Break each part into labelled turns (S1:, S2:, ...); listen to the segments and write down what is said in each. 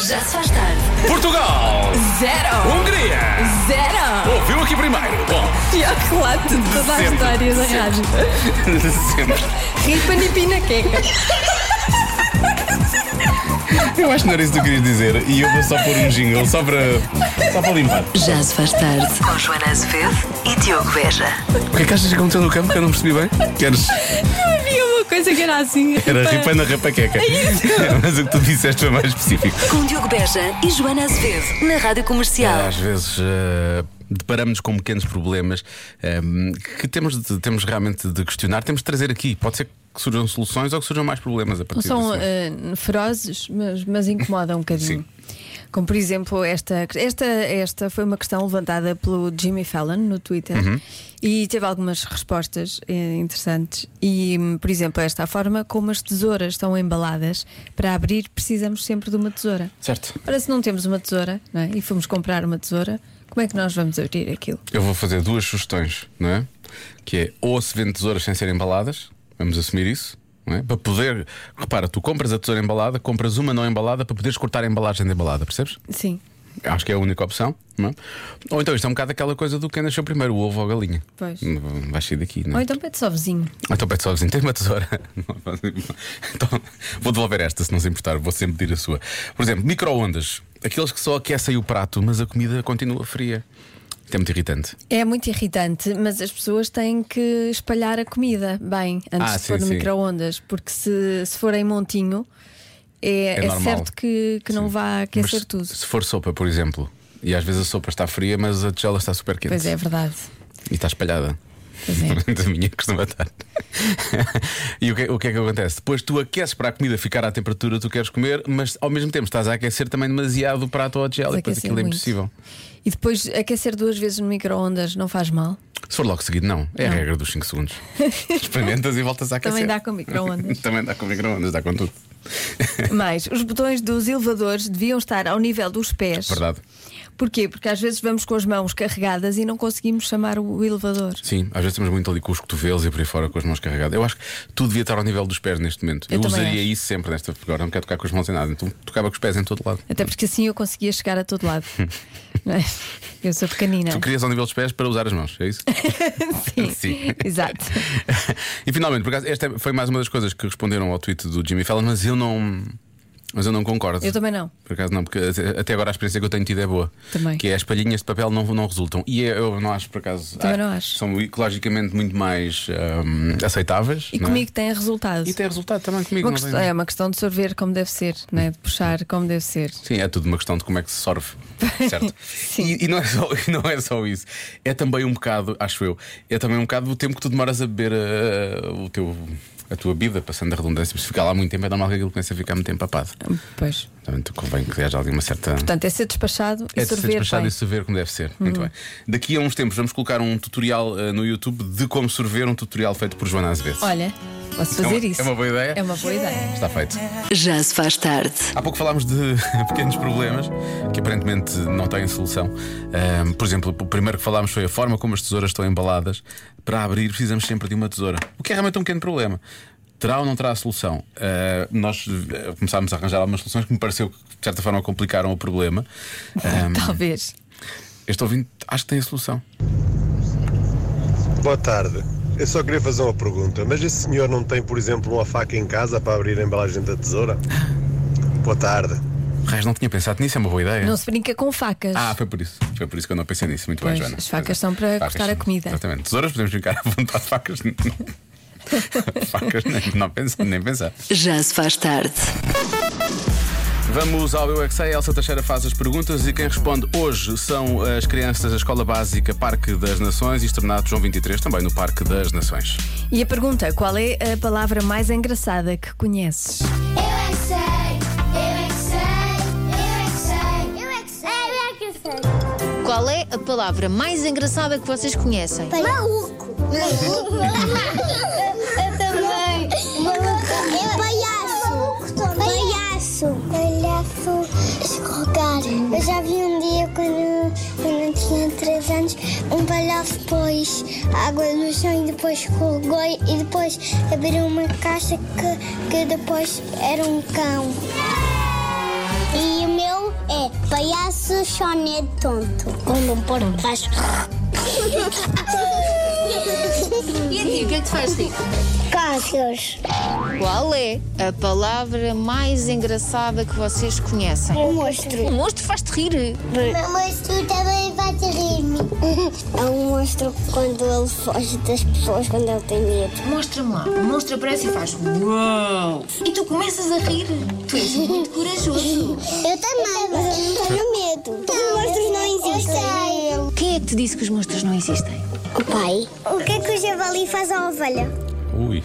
S1: Já se faz tarde.
S2: Portugal!
S1: 0.
S2: Hungria!
S1: 0.
S2: Ouviu aqui primeiro. Bom,
S1: Pior que lá de toda a
S2: Sempre,
S1: história da
S2: sempre.
S1: rádio.
S2: sempre.
S1: Ripa nipina queca.
S2: Eu acho que não era isso que tu querias dizer. E eu vou só pôr um jingle só para limpar.
S1: Já se faz tarde. Com Joana Azevedo e Diogo Beja.
S2: O que é que achas que aconteceu no campo que eu não percebi bem? Queres?
S1: Havia uma coisa que era assim.
S2: Era ripa na rapaqueca. Mas o que tu disseste foi mais específico.
S1: Com Diogo Beja e Joana Azevedo. Na Rádio Comercial.
S2: Às vezes deparamos-nos com pequenos problemas que temos realmente de questionar. Temos de trazer aqui. Pode ser que surjam soluções ou que surjam mais problemas a
S3: Não
S2: partir
S3: são
S2: disso.
S3: ferozes, mas incomodam um bocadinho.
S2: Sim.
S3: Como por exemplo, esta foi uma questão levantada pelo Jimmy Fallon no Twitter e teve algumas respostas interessantes. E, por exemplo, esta a forma como as tesouras estão embaladas. Para abrir, precisamos sempre de uma tesoura.
S2: Certo.
S3: Ora, se não temos uma tesoura, não é? E fomos comprar uma tesoura, como é que nós vamos abrir aquilo?
S2: Eu vou fazer duas sugestões, não é? Que é, ou se vende tesouras sem serem embaladas, vamos assumir isso, não é? Para poder, repara, tu compras a tesoura embalada, compras uma não embalada para poderes cortar a embalagem de embalada, percebes?
S3: Sim,
S2: Acho que é a única opção, não é? Ou então isto é um bocado aquela coisa do quem nasceu primeiro, o ovo ou a galinha.
S3: pois.
S2: Vai sair daqui, não é?
S3: Ou então pede só vizinho.
S2: Então pede só vizinho, tem uma tesoura. Então, vou devolver esta, se não se importar, vou sempre pedir a sua. Por exemplo, micro-ondas, aqueles que só aquecem o prato, mas a comida continua fria. Isto é muito irritante.
S3: É muito irritante, mas as pessoas têm que espalhar a comida bem antes de
S2: sim,
S3: pôr no
S2: sim.
S3: micro-ondas, porque se for em montinho, é
S2: normal.
S3: certo que não
S2: Sim.
S3: vá aquecer
S2: Mas
S3: tudo.
S2: se for sopa, por exemplo, e às vezes a sopa está fria, mas a tigela está super quente.
S3: Pois é, verdade.
S2: E está espalhada.
S3: Pois é.
S2: Da minha costuma estar. E o que é que acontece? Depois tu aqueces para a comida ficar à temperatura que tu queres comer, mas ao mesmo tempo estás a aquecer também demasiado o prato ou a tigela, e depois
S3: Aquecer
S2: aquilo é
S3: muito.
S2: impossível.
S3: E depois aquecer 2 vezes no micro-ondas não faz mal?
S2: Se for logo seguido, não. É a regra dos 5 segundos. Experimentas e voltas a aquecer.
S3: Também dá com micro-ondas.
S2: Também dá com micro-ondas, dá com tudo.
S3: Mas os botões dos elevadores deviam estar ao nível dos pés.
S2: Verdade.
S3: Porquê? Porque às vezes vamos com as mãos carregadas e não conseguimos chamar o elevador.
S2: Sim, às vezes estamos muito ali com os cotovelos e por aí fora com as mãos carregadas. Eu acho que tudo devia estar ao nível dos pés neste momento.
S3: Eu
S2: Eu
S3: também
S2: usaria
S3: acho.
S2: isso sempre nesta. Agora não quero tocar com as mãos em nada, então tocava com os pés em todo lado.
S3: Até porque assim eu conseguia chegar a todo lado. Não é? Eu sou pequenina.
S2: Tu querias ao nível dos pés para usar as mãos, é isso?
S3: Sim,
S2: Sim.
S3: exato.
S2: E finalmente, por acaso, esta foi mais uma das coisas que responderam ao tweet do Jimmy Fallon, mas eu não concordo.
S3: Eu também não.
S2: Por acaso não, porque até agora a experiência que eu tenho tido é boa.
S3: Também.
S2: Que é as palhinhas de papel não resultam. E eu não acho, por acaso.
S3: Também não acho.
S2: São ecologicamente muito mais aceitáveis.
S3: E
S2: não é?
S3: comigo tem resultado.
S2: E tem resultado também comigo.
S3: Uma
S2: não
S3: questão-
S2: tem-
S3: é uma questão de sorver como deve ser, não é? De puxar como deve ser.
S2: Sim, é tudo uma questão de como é que se sorve. Certo?
S3: Sim.
S2: E não é só isso. É também um bocado, acho eu, é também um bocado o tempo que tu demoras a beber a tua bebida, passando a redundância. Se ficar lá muito tempo, é normal que aquilo comece a ficar muito empapado.
S3: Pois.
S2: Portanto, convém que haja ali uma certa.
S3: Portanto, é ser despachado e
S2: É de ser
S3: sorver
S2: despachado
S3: bem.
S2: e sorver como deve ser. Muito bem. Daqui a uns tempos vamos colocar um tutorial no YouTube de como sorver, um tutorial feito por Joana Azevedo.
S3: Olha, posso fazer isso.
S2: É uma boa ideia?
S3: É uma boa ideia.
S2: Está feito.
S1: Já se faz tarde.
S2: Há pouco falámos de pequenos problemas que aparentemente não têm solução. Por exemplo, o primeiro que falámos foi a forma como as tesouras estão embaladas. Para abrir, precisamos sempre de uma tesoura, o que é realmente um pequeno problema. Terá ou não terá a solução? Nós começámos a arranjar algumas soluções que me pareceu que de certa forma complicaram o problema.
S3: Talvez.
S2: Este ouvinte acho que tem a solução.
S4: Boa tarde. Eu só queria fazer uma pergunta. Mas esse senhor não tem, por exemplo, uma faca em casa para abrir a embalagem da tesoura? Boa tarde.
S2: Raios, não tinha pensado nisso, é uma boa ideia.
S3: Não se brinca com facas.
S2: Foi por isso. Foi por isso que eu não pensei nisso. Muito bem,
S3: Pois,
S2: Joana.
S3: as facas são para cortar a comida.
S2: Exatamente. Tesouras podemos brincar à vontade, facas. Facas nem pensar.
S1: Já se faz tarde.
S2: Vamos ao Eu é que Sei. Elsa Teixeira faz as perguntas e quem responde hoje são as crianças da Escola Básica Parque das Nações e Externato João 23, também no Parque das Nações.
S3: E a pergunta: qual é a palavra mais engraçada que conheces?
S5: Eu é que sei, eu é que sei, eu é que sei, eu é que sei, eu é que sei.
S6: Qual é a palavra mais engraçada que vocês conhecem?
S5: Maluco. Eu também. Maluco. É palhaço. Palhaço. Palhaço. Escorregar. Eu já vi um dia quando eu tinha 3 anos, um palhaço pôs água no chão e depois escorregou e depois abriu uma caixa que depois era um cão. E o meu Palhaço choné tonto. Quando um porco faz.
S6: E a ti, o que é que te faz rir?
S5: Cássios.
S6: Qual é a palavra mais engraçada que vocês conhecem?
S5: Um monstro.
S6: Um monstro faz-te rir.
S5: O monstro também vai te rir-me. É um monstro quando ele foge das pessoas, quando ele tem medo.
S6: Mostra-me lá. O monstro aparece e faz uau! E tu começas a rir. Tu és muito corajoso.
S5: Eu também, mas eu não tenho medo. Os monstros não existem.
S6: Quem é que te disse que os monstros não existem?
S5: O pai. O que é que o javali faz à ovelha?
S2: Ui.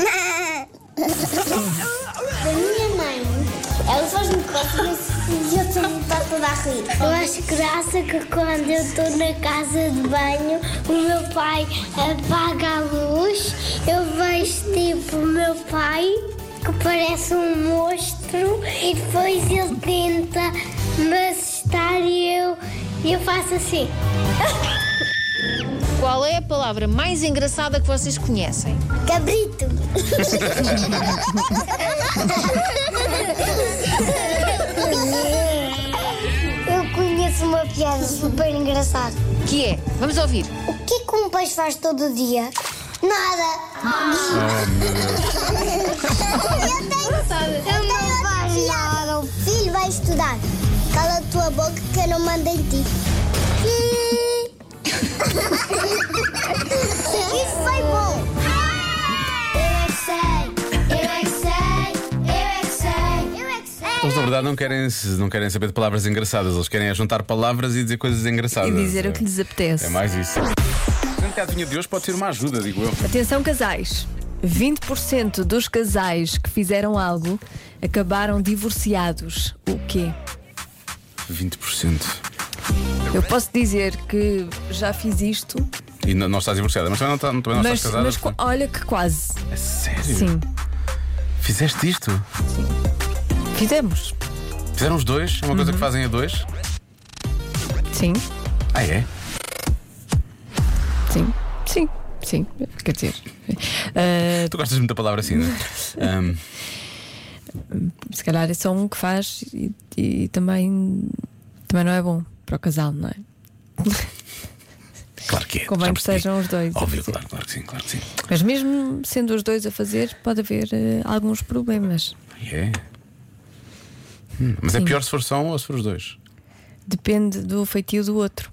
S5: Da minha mãe. Ela faz-me cócegas e eu estou toda a rir. Eu acho graça que quando eu estou na casa de banho, o meu pai apaga a luz, eu vejo tipo o meu pai, que parece um monstro, e depois ele tenta me assustar e eu faço assim.
S6: Qual é a palavra mais engraçada que vocês conhecem?
S5: Cabrito. Eu conheço uma piada super engraçada.
S6: Que é? Vamos ouvir.
S5: O que é que um peixe faz todo dia? Nada. Eu tenho outra piada. O filho vai estudar. Cala a tua boca que eu não mando em ti. Isso foi bom. Eu é que sei, eu é que sei, eu é que sei, eu é que sei.
S2: Eles, na verdade, não querem saber de palavras engraçadas. Eles querem juntar palavras e dizer coisas engraçadas.
S3: E dizer o que lhes apetece.
S2: É mais isso. A adivinha de hoje pode ser uma ajuda, digo eu.
S3: Atenção, casais. 20% dos casais que fizeram algo acabaram divorciados. O quê?
S2: 20%.
S3: Eu posso dizer que já fiz isto,
S2: E não estás divorciada, mas também não estás casada.
S3: mas olha que quase.
S2: É sério?
S3: Sim,
S2: Fizeste isto?
S3: fizemos.
S2: Fizeram os dois? É uma coisa que fazem a dois?
S3: Sim,
S2: Ah, é?
S3: sim, sim, sim. Quer dizer,
S2: Tu gostas muito da palavra assim, não é?
S3: se calhar é só um que faz e também não é bom para o casal, não é?
S2: Claro que é.
S3: Convém
S2: já
S3: que
S2: percebi.
S3: sejam os dois a
S2: Óbvio,
S3: fazer.
S2: claro que sim, claro que sim.
S3: Mas mesmo sendo os dois a fazer, pode haver alguns problemas.
S2: É. Mas é
S3: Sim.
S2: pior se for só um ou se for os dois.
S3: Depende do feitio do outro.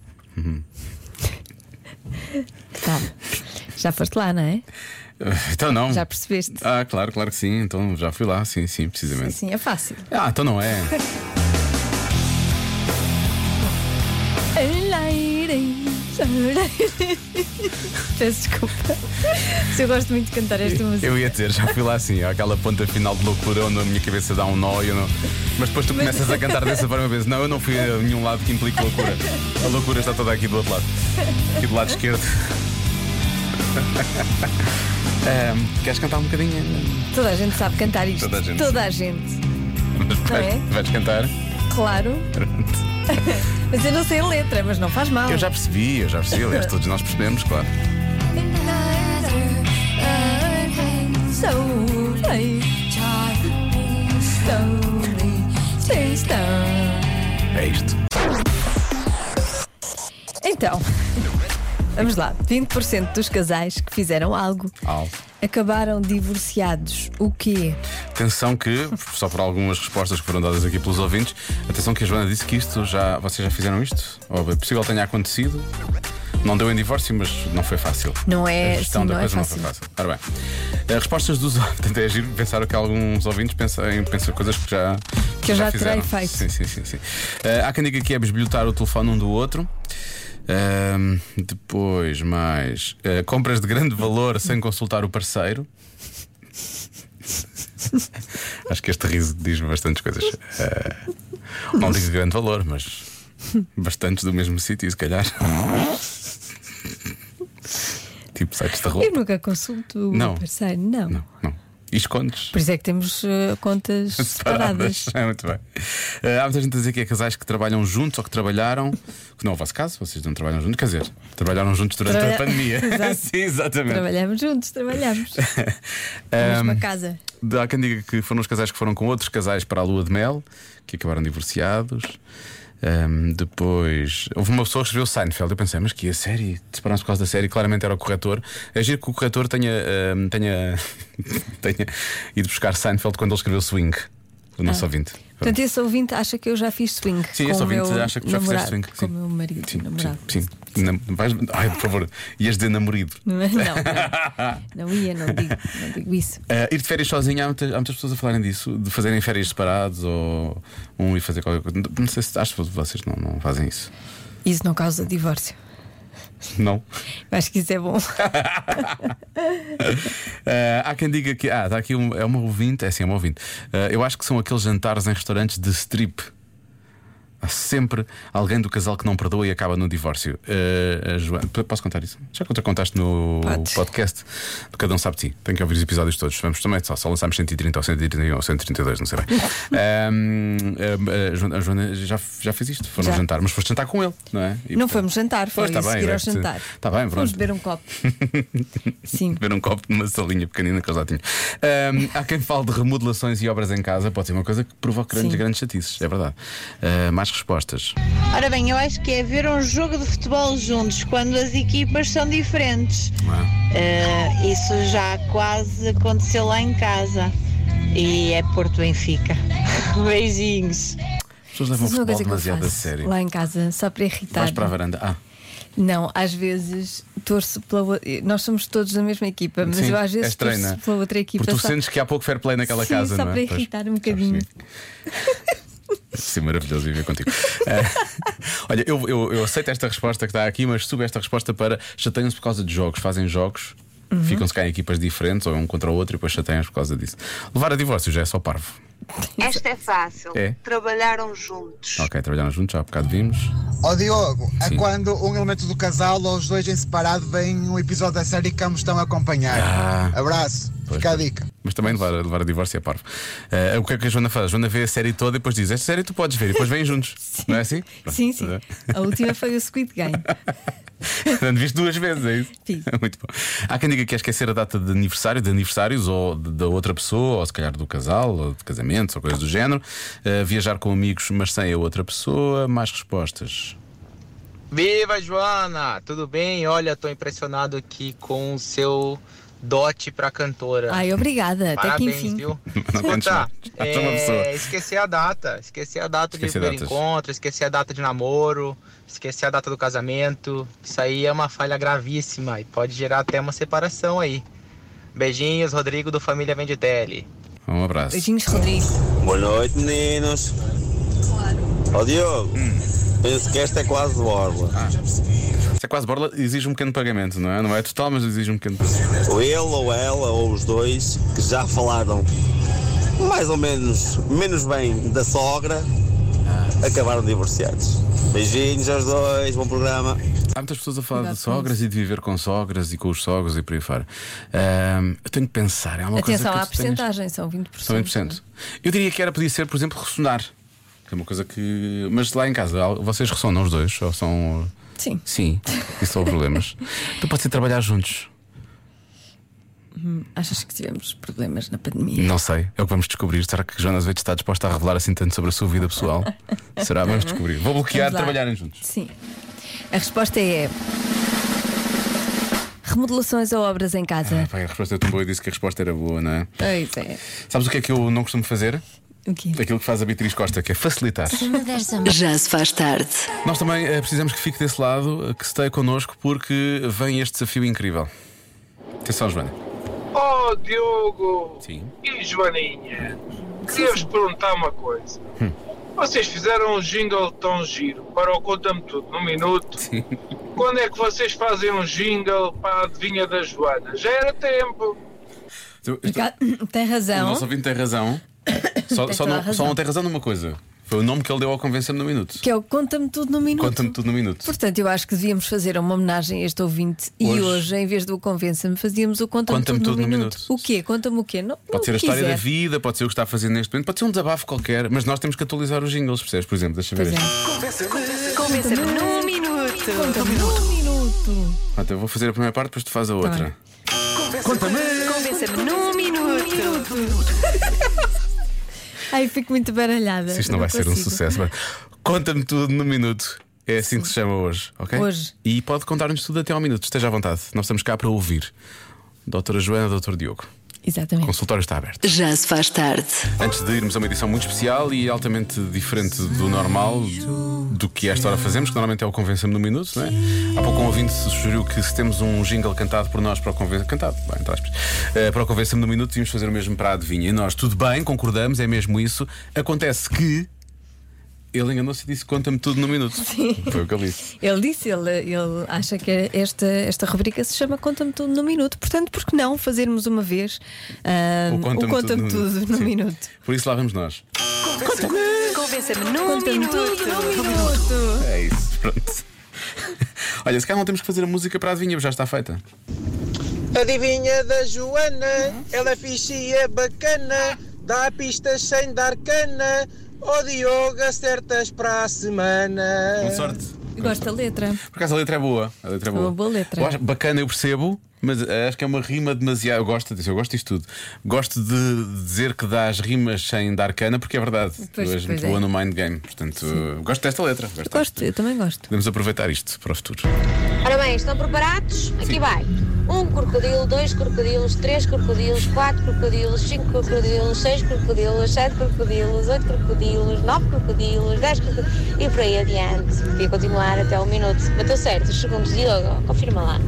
S3: Tá. Já foste lá, não é?
S2: Então não.
S3: Já percebeste?
S2: Ah, claro que sim. Então já fui lá, sim, precisamente.
S3: Assim é fácil.
S2: Ah, então não é.
S3: Peço desculpa. Se eu gosto muito de cantar esta música.
S2: Eu ia dizer, já fui lá assim, aquela ponta final de loucura onde a minha cabeça dá um nó e eu não... Mas depois tu começas a cantar dessa forma e vezes, não, eu não fui a nenhum lado que implique loucura. A loucura está toda aqui do outro lado. Aqui do lado esquerdo. Queres cantar um bocadinho?
S3: Toda a gente sabe cantar isto.
S2: Toda a gente. Mas
S3: Não é?
S2: vais cantar?
S3: Claro. Mas eu não sei a letra, mas não faz mal.
S2: Eu já percebi, aliás, todos nós percebemos, claro. É isto.
S3: Então, vamos lá. 20% dos casais que fizeram algo acabaram divorciados. O quê?
S2: Atenção que, só por algumas respostas que foram dadas aqui pelos ouvintes, atenção que a Joana disse que isto vocês já fizeram isto? Ou é possível que tenha acontecido? Não deu em divórcio, mas não foi fácil.
S3: Não é,
S2: A gestão
S3: sim,
S2: da
S3: não é
S2: coisa
S3: fácil.
S2: não foi fácil. Ora bem, as respostas dos ouvintes, é giro pensar que alguns ouvintes pensam coisas que já
S3: terei
S2: fizeram.
S3: feito.
S2: Sim. Há quem diga que é bisbilhotar o telefone um do outro. Depois mais compras de grande valor sem consultar o parceiro. Acho que este riso diz bastantes coisas. Não digo de grande valor, mas bastantes do mesmo sítio, se calhar. Tipo sites de roupa.
S3: Eu nunca consulto
S2: Não.
S3: o parceiro, não.
S2: E escondes.
S3: Por isso é que temos contas separadas.
S2: É muito bem. Há muita gente a dizer que é casais que trabalham juntos ou que trabalharam. Que não é o vosso caso, vocês não trabalham juntos, quer dizer, trabalharam juntos durante a pandemia.
S3: Exato.
S2: Sim, exatamente.
S3: Trabalhamos juntos, trabalhamos. Na mesma casa.
S2: Há quem diga que foram os casais que foram com outros casais para a lua de mel, que acabaram divorciados. Depois houve uma pessoa que escreveu Seinfeld. Eu pensei, mas que a série? Separaram-se por causa da série. Claramente era o corretor. É giro que o corretor tenha ido buscar Seinfeld quando ele escreveu Swing. O nosso ouvinte.
S3: Portanto, esse ouvinte acha que eu já fiz swing.
S2: Sim, esse ouvinte acha que já fizeste swing.
S3: Com o meu marido.
S2: Sim,
S3: namorado.
S2: sim. Ai, por favor, ias dizer namorado.
S3: Não ia, não digo isso.
S2: Ir de férias sozinho, há muitas pessoas a falarem disso, de fazerem férias separados ou ir fazer qualquer coisa. Não sei se acho que vocês não fazem isso.
S3: Isso não causa divórcio.
S2: Não.
S3: Eu acho que isso é bom.
S2: Há quem diga que está aqui é uma ouvinte. É uma ouvinte. Eu acho que são aqueles jantares em restaurantes de strip. Há sempre alguém do casal que não perdoa e acaba no divórcio. Joana, posso contar isso? Já contaste no podcast do Cada Um Sabe de Ti. Tenho que ouvir os episódios todos. Vamos também, só lançámos 130 ou 131 ou 132, não sei bem. A Joana já fez isto. Foram jantar, mas foste jantar com ele, não é?
S3: Não fomos jantar, foi seguir ao jantar.
S2: Está bem,
S3: fomos beber um copo. Sim.
S2: Beber um copo numa salinha pequenina que eles lá tinham. Há quem fale de remodelações e obras em casa. Pode ser uma coisa que provoca grandes chatices, é verdade. Mais respostas.
S7: Ora bem, eu acho que é ver um jogo de futebol juntos quando as equipas são diferentes. Isso já quase aconteceu lá em casa. E é Porto Benfica. Beijinhos.
S2: As pessoas levam o futebol demasiado a sério.
S3: Lá em casa, só para irritar.
S2: Vais para a varanda.
S3: Não, às vezes torço pela. Nós somos todos da mesma equipa, mas eu às vezes torço pela outra equipa.
S2: Porque tu sentes que há pouco fair play naquela casa,
S3: só
S2: não é?
S3: Para irritar um bocadinho.
S2: Sim, maravilhoso viver contigo. Olha, eu aceito esta resposta que está aqui, mas subo esta resposta para chateiam-se por causa de jogos. Fazem jogos, ficam-se cá em equipas diferentes, ou um contra o outro, e depois chateiam-se por causa disso. Levar a divórcio já é só parvo.
S8: Esta é fácil. Trabalharam juntos.
S2: Ok, trabalharam juntos, já há bocado vimos.
S9: Diogo, é quando um elemento do casal ou os dois em separado vem um episódio da série que ambos estão a acompanhar. Abraço, fica a dica.
S2: Mas também levar a divórcio é parvo. O que é que a Joana faz? A Joana vê a série toda e depois diz: esta série tu podes ver, e depois vêm juntos.
S3: Sim.
S2: Não é assim?
S3: Sim. A última foi o Squid Game.
S2: Portanto, viste 2 vezes, é isso?
S3: Sim.
S2: Muito bom. Há quem diga que quer esquecer a data de aniversários ou da outra pessoa, ou se calhar do casal, ou de casamentos, ou coisas do género. Viajar com amigos, mas sem a outra pessoa. Mais respostas.
S10: Viva, Joana! Tudo bem? Olha, estou impressionado aqui com o seu dote para cantora.
S3: Ai, obrigada.
S10: Parabéns,
S3: até que enfim.
S10: Viu?
S2: Escuta,
S10: esquecer a data de primeiro encontro, esquecer a data de namoro, esquecer a data do casamento. Isso aí é uma falha gravíssima e pode gerar até uma separação aí. Beijinhos, Rodrigo do Família Venditelli.
S2: Um abraço.
S3: Beijinhos, Rodrigo.
S11: Boa noite, meninos. Diogo, penso que esta é quase borla.
S2: Se é quase borla, exige um pequeno pagamento, não é? Não é total, mas exige um pequeno pagamento.
S11: Ou ele, ou ela, ou os dois que já falaram mais ou menos bem da sogra, acabaram divorciados. Beijinhos aos dois, bom programa.
S2: Há muitas pessoas a falar de sogras e de viver com sogras e com os sogros e por aí fora. Eu tenho que pensar, é uma coisa que
S3: à porcentagem, são 20%.
S2: São 20%. Eu diria que podia ser, por exemplo, ressonar. Que é uma coisa que. Mas lá em casa, vocês ressonam os dois? Ou são. Sim, isso são problemas. Então pode ser trabalhar juntos.
S3: Achas que tivemos problemas na pandemia?
S2: Não sei, é o que vamos descobrir. Será que Joana Azevedo está disposta a revelar assim tanto sobre a sua vida pessoal? Será? Vamos descobrir. Vou bloquear trabalharem juntos.
S3: Sim. A resposta é remodelações ou obras em casa.
S2: A resposta é tão boa, eu disse que a resposta era boa, não é?
S3: Pois é.
S2: Sabes o que é que eu não costumo fazer?
S3: O quê?
S2: Aquilo que faz a Beatriz Costa, que é facilitar.
S1: Já se faz tarde.
S2: Nós também precisamos que fique desse lado, que esteja connosco, porque vem este desafio incrível. Atenção, Joana.
S12: Oh, Diogo.
S2: Sim.
S12: E Joaninha, queria-vos perguntar uma coisa. Vocês fizeram um jingle tão giro para o Conta-me Tudo num minuto.
S2: Sim.
S12: Quando é que vocês fazem um jingle para a adivinha da Joana? Já era tempo.
S3: Tem razão.
S2: O nosso ouvinte tem razão. Só não tem razão numa coisa. Foi o nome que ele deu ao Convença-me no Minuto.
S3: Que é o Conta-me Tudo no Minuto.
S2: Conta-me Tudo no Minuto.
S3: Portanto, eu acho que devíamos fazer uma homenagem a este ouvinte. E hoje, em vez do Convença-me, fazíamos o Conta-me Tudo no Minuto. O quê? Conta-me o quê?
S2: Pode ser a história da vida, pode ser o que está a fazer neste momento, pode ser um desabafo qualquer, mas nós temos que atualizar os jingles, percebes? Por exemplo, deixa eu ver.
S1: Convença-me num minuto.
S3: Conta-me num minuto.
S2: Eu vou fazer a primeira parte, depois tu fazes a outra.
S1: Convença-me num minuto.
S3: Ai, fico muito baralhada.
S2: Se isto não vai ser um sucesso. Conta-me tudo no minuto. É assim que se chama hoje, ok?
S3: Hoje.
S2: E pode contar-nos tudo até ao minuto. Esteja à vontade. Nós estamos cá para ouvir. Doutora Joana, Doutor Diogo.
S3: Exatamente.
S2: O consultório está aberto.
S1: Já se faz tarde.
S2: Antes de irmos a uma edição muito especial e altamente diferente do normal, do que esta hora fazemos, que normalmente é o Convença-me no Minuto, não é? Há pouco um ouvinte sugeriu que se temos um jingle cantado por nós para o Convença-me. Cantado, bem, entre aspas, para o Convença-me no Minuto, devíamos fazer o mesmo para a adivinha. E nós, tudo bem, concordamos, é mesmo isso. Acontece que ele enganou-se e disse: conta-me tudo no minuto.
S3: Sim.
S2: Foi o que ele disse.
S3: Ele acha que esta rubrica se chama Conta-me tudo no minuto. Portanto, por que não fazermos uma vez o Conta-me tudo no minuto?
S2: Por isso lá vamos nós.
S1: Convença-me num minuto.
S2: É isso, pronto. Olha, se calhar não temos que fazer a música para a adivinha, já está feita.
S13: Adivinha da Joana, ela é fixe e é bacana, dá pistas sem dar cana. Oh Diogo, acertas para a semana.
S2: Com sorte.
S3: Eu gosto da letra.
S2: Por acaso a letra é boa. A letra é boa.
S3: Uma boa letra.
S2: Eu acho bacana, eu percebo, mas acho que é uma rima demasiado. Eu gosto disto tudo. Gosto de dizer que dás rimas sem dar cana, porque é verdade. Tu és muito boa no mind game. Portanto, gosto desta letra.
S3: Eu também gosto.
S2: Podemos aproveitar isto para o futuro.
S14: Ora bem, estão preparados? Aqui vai. 1 crocodilo, 2 crocodilos, 3 crocodilos, 4 crocodilos, 5 crocodilos, 6 crocodilos, 7 crocodilos, 8 crocodilos, 9 crocodilos, 10 crocodilos e por aí adiante. Podia continuar até um minuto. Bateu certo, os segundos, Diogo, confirma lá.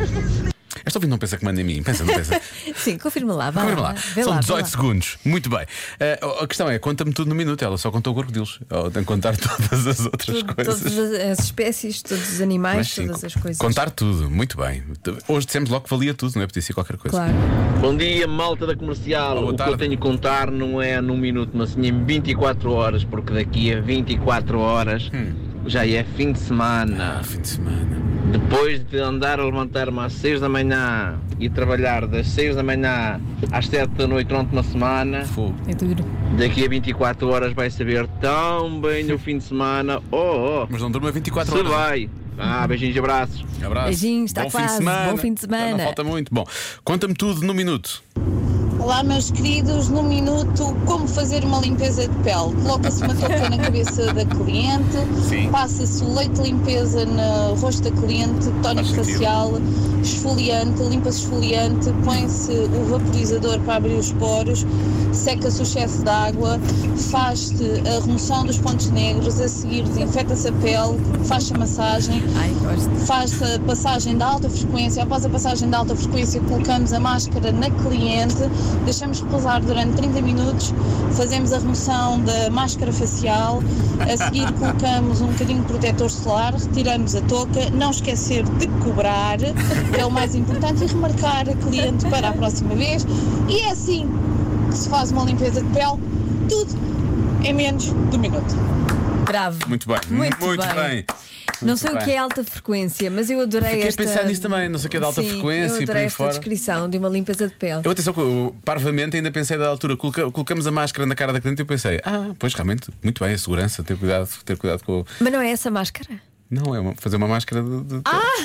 S2: Esta ouvinte não pensa que manda em mim, não pensa?
S3: Sim, confirma lá, vai
S2: confirma
S3: lá.
S2: São 18 segundos, muito bem. A questão é: conta-me tudo no minuto. Ela só contou crocodilos, ela tem que contar todas as outras coisas.
S3: Todas as espécies, todos os animais, sim, todas as coisas.
S2: Contar tudo, muito bem. Hoje dissemos logo que valia tudo, não é? Podia ser qualquer coisa.
S3: Claro.
S15: Bom dia, malta da comercial. O que eu tenho que contar não é num minuto, mas sim em 24 horas, porque daqui a 24 horas já é fim de semana.
S2: Fim de semana.
S15: Depois de andar a levantar-me às 6 da manhã e trabalhar das 6 da manhã às 7 da noite durante uma semana,
S3: é duro.
S15: Daqui a 24 horas vai saber tão bem o fim de semana.
S2: Mas não durma 24
S15: horas.
S2: Se
S15: vai. Beijinhos e abraços.
S3: Beijinhos, está quase. Bom fim de semana.
S2: Não falta muito. Bom, conta-me tudo no minuto.
S16: Olá, meus queridos, no minuto, como fazer uma limpeza de pele? Coloca-se uma touca na cabeça da cliente, passa-se o leite de limpeza no rosto da cliente, tónico facial, esfoliante, limpa-se esfoliante, põe-se o vaporizador para abrir os poros, seca-se o excesso de água, faz-se a remoção dos pontos negros, a seguir desinfeta-se a pele, faz-se a massagem, faz-se a passagem de alta frequência. Após a passagem de alta frequência, colocamos a máscara na cliente, deixamos repousar durante 30 minutos, fazemos a remoção da máscara facial, a seguir colocamos um bocadinho de protetor solar, retiramos a touca, não esquecer de cobrar, que é o mais importante, e remarcar a cliente para a próxima vez. E é assim que se faz uma limpeza de pele, tudo em menos de um minuto.
S3: Bravo.
S2: Muito bem.
S3: Muito bem. Não sei o que é alta frequência, mas eu adorei esta.
S2: Fiquei a pensar nisso também, não sei o que é de alta frequência.
S3: Eu adorei esta descrição de uma limpeza de pele.
S2: Atenção, parvamente ainda pensei da altura, colocamos a máscara na cara da cliente e eu pensei, pois realmente, muito bem, a segurança, ter cuidado com.
S3: Mas não é essa máscara?
S2: Não, é fazer uma máscara de.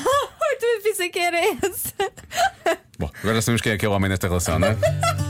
S3: Eu pensei que era essa.
S2: Bom, agora já sabemos quem é que é o homem nesta relação, não é?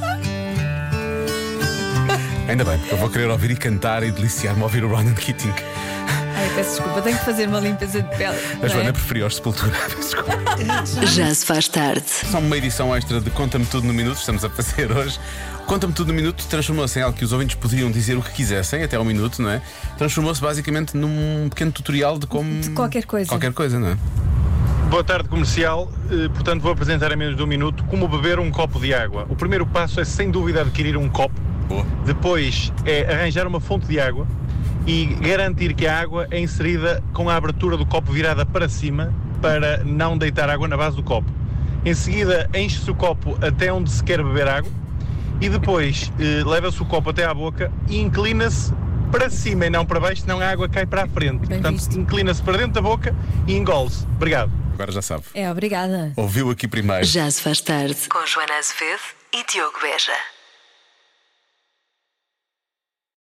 S2: Ainda bem, porque eu vou querer ouvir e cantar e deliciar-me a ouvir o Ronan Keating.
S3: Peço desculpa, tenho que fazer uma limpeza de pele.
S2: A Joana preferiu aos Sepultura.
S1: Já se faz tarde.
S2: Só uma edição extra de Conta-me Tudo no Minuto. Estamos a fazer hoje. Conta-me Tudo no Minuto transformou-se em algo que os ouvintes podiam dizer o que quisessem, até ao minuto, não é? Transformou-se basicamente num pequeno tutorial de como.
S3: De qualquer coisa.
S2: Qualquer coisa, não é?
S17: Boa tarde, comercial. Portanto, vou apresentar em menos de um minuto como beber um copo de água. O primeiro passo é, sem dúvida, adquirir um copo.
S2: Boa.
S17: Depois é arranjar uma fonte de água e garantir que a água é inserida com a abertura do copo virada para cima para não deitar água na base do copo. Em seguida, enche-se o copo até onde se quer beber água e depois leva-se o copo até à boca e inclina-se para cima e não para baixo, senão a água cai para a frente. Portanto, inclina-se para dentro da boca e engole-se. Obrigado.
S2: Agora já sabe.
S3: Obrigada.
S2: Ouviu aqui primeiro.
S1: Já se faz tarde. Com Joana Azevedo e Diogo Beja.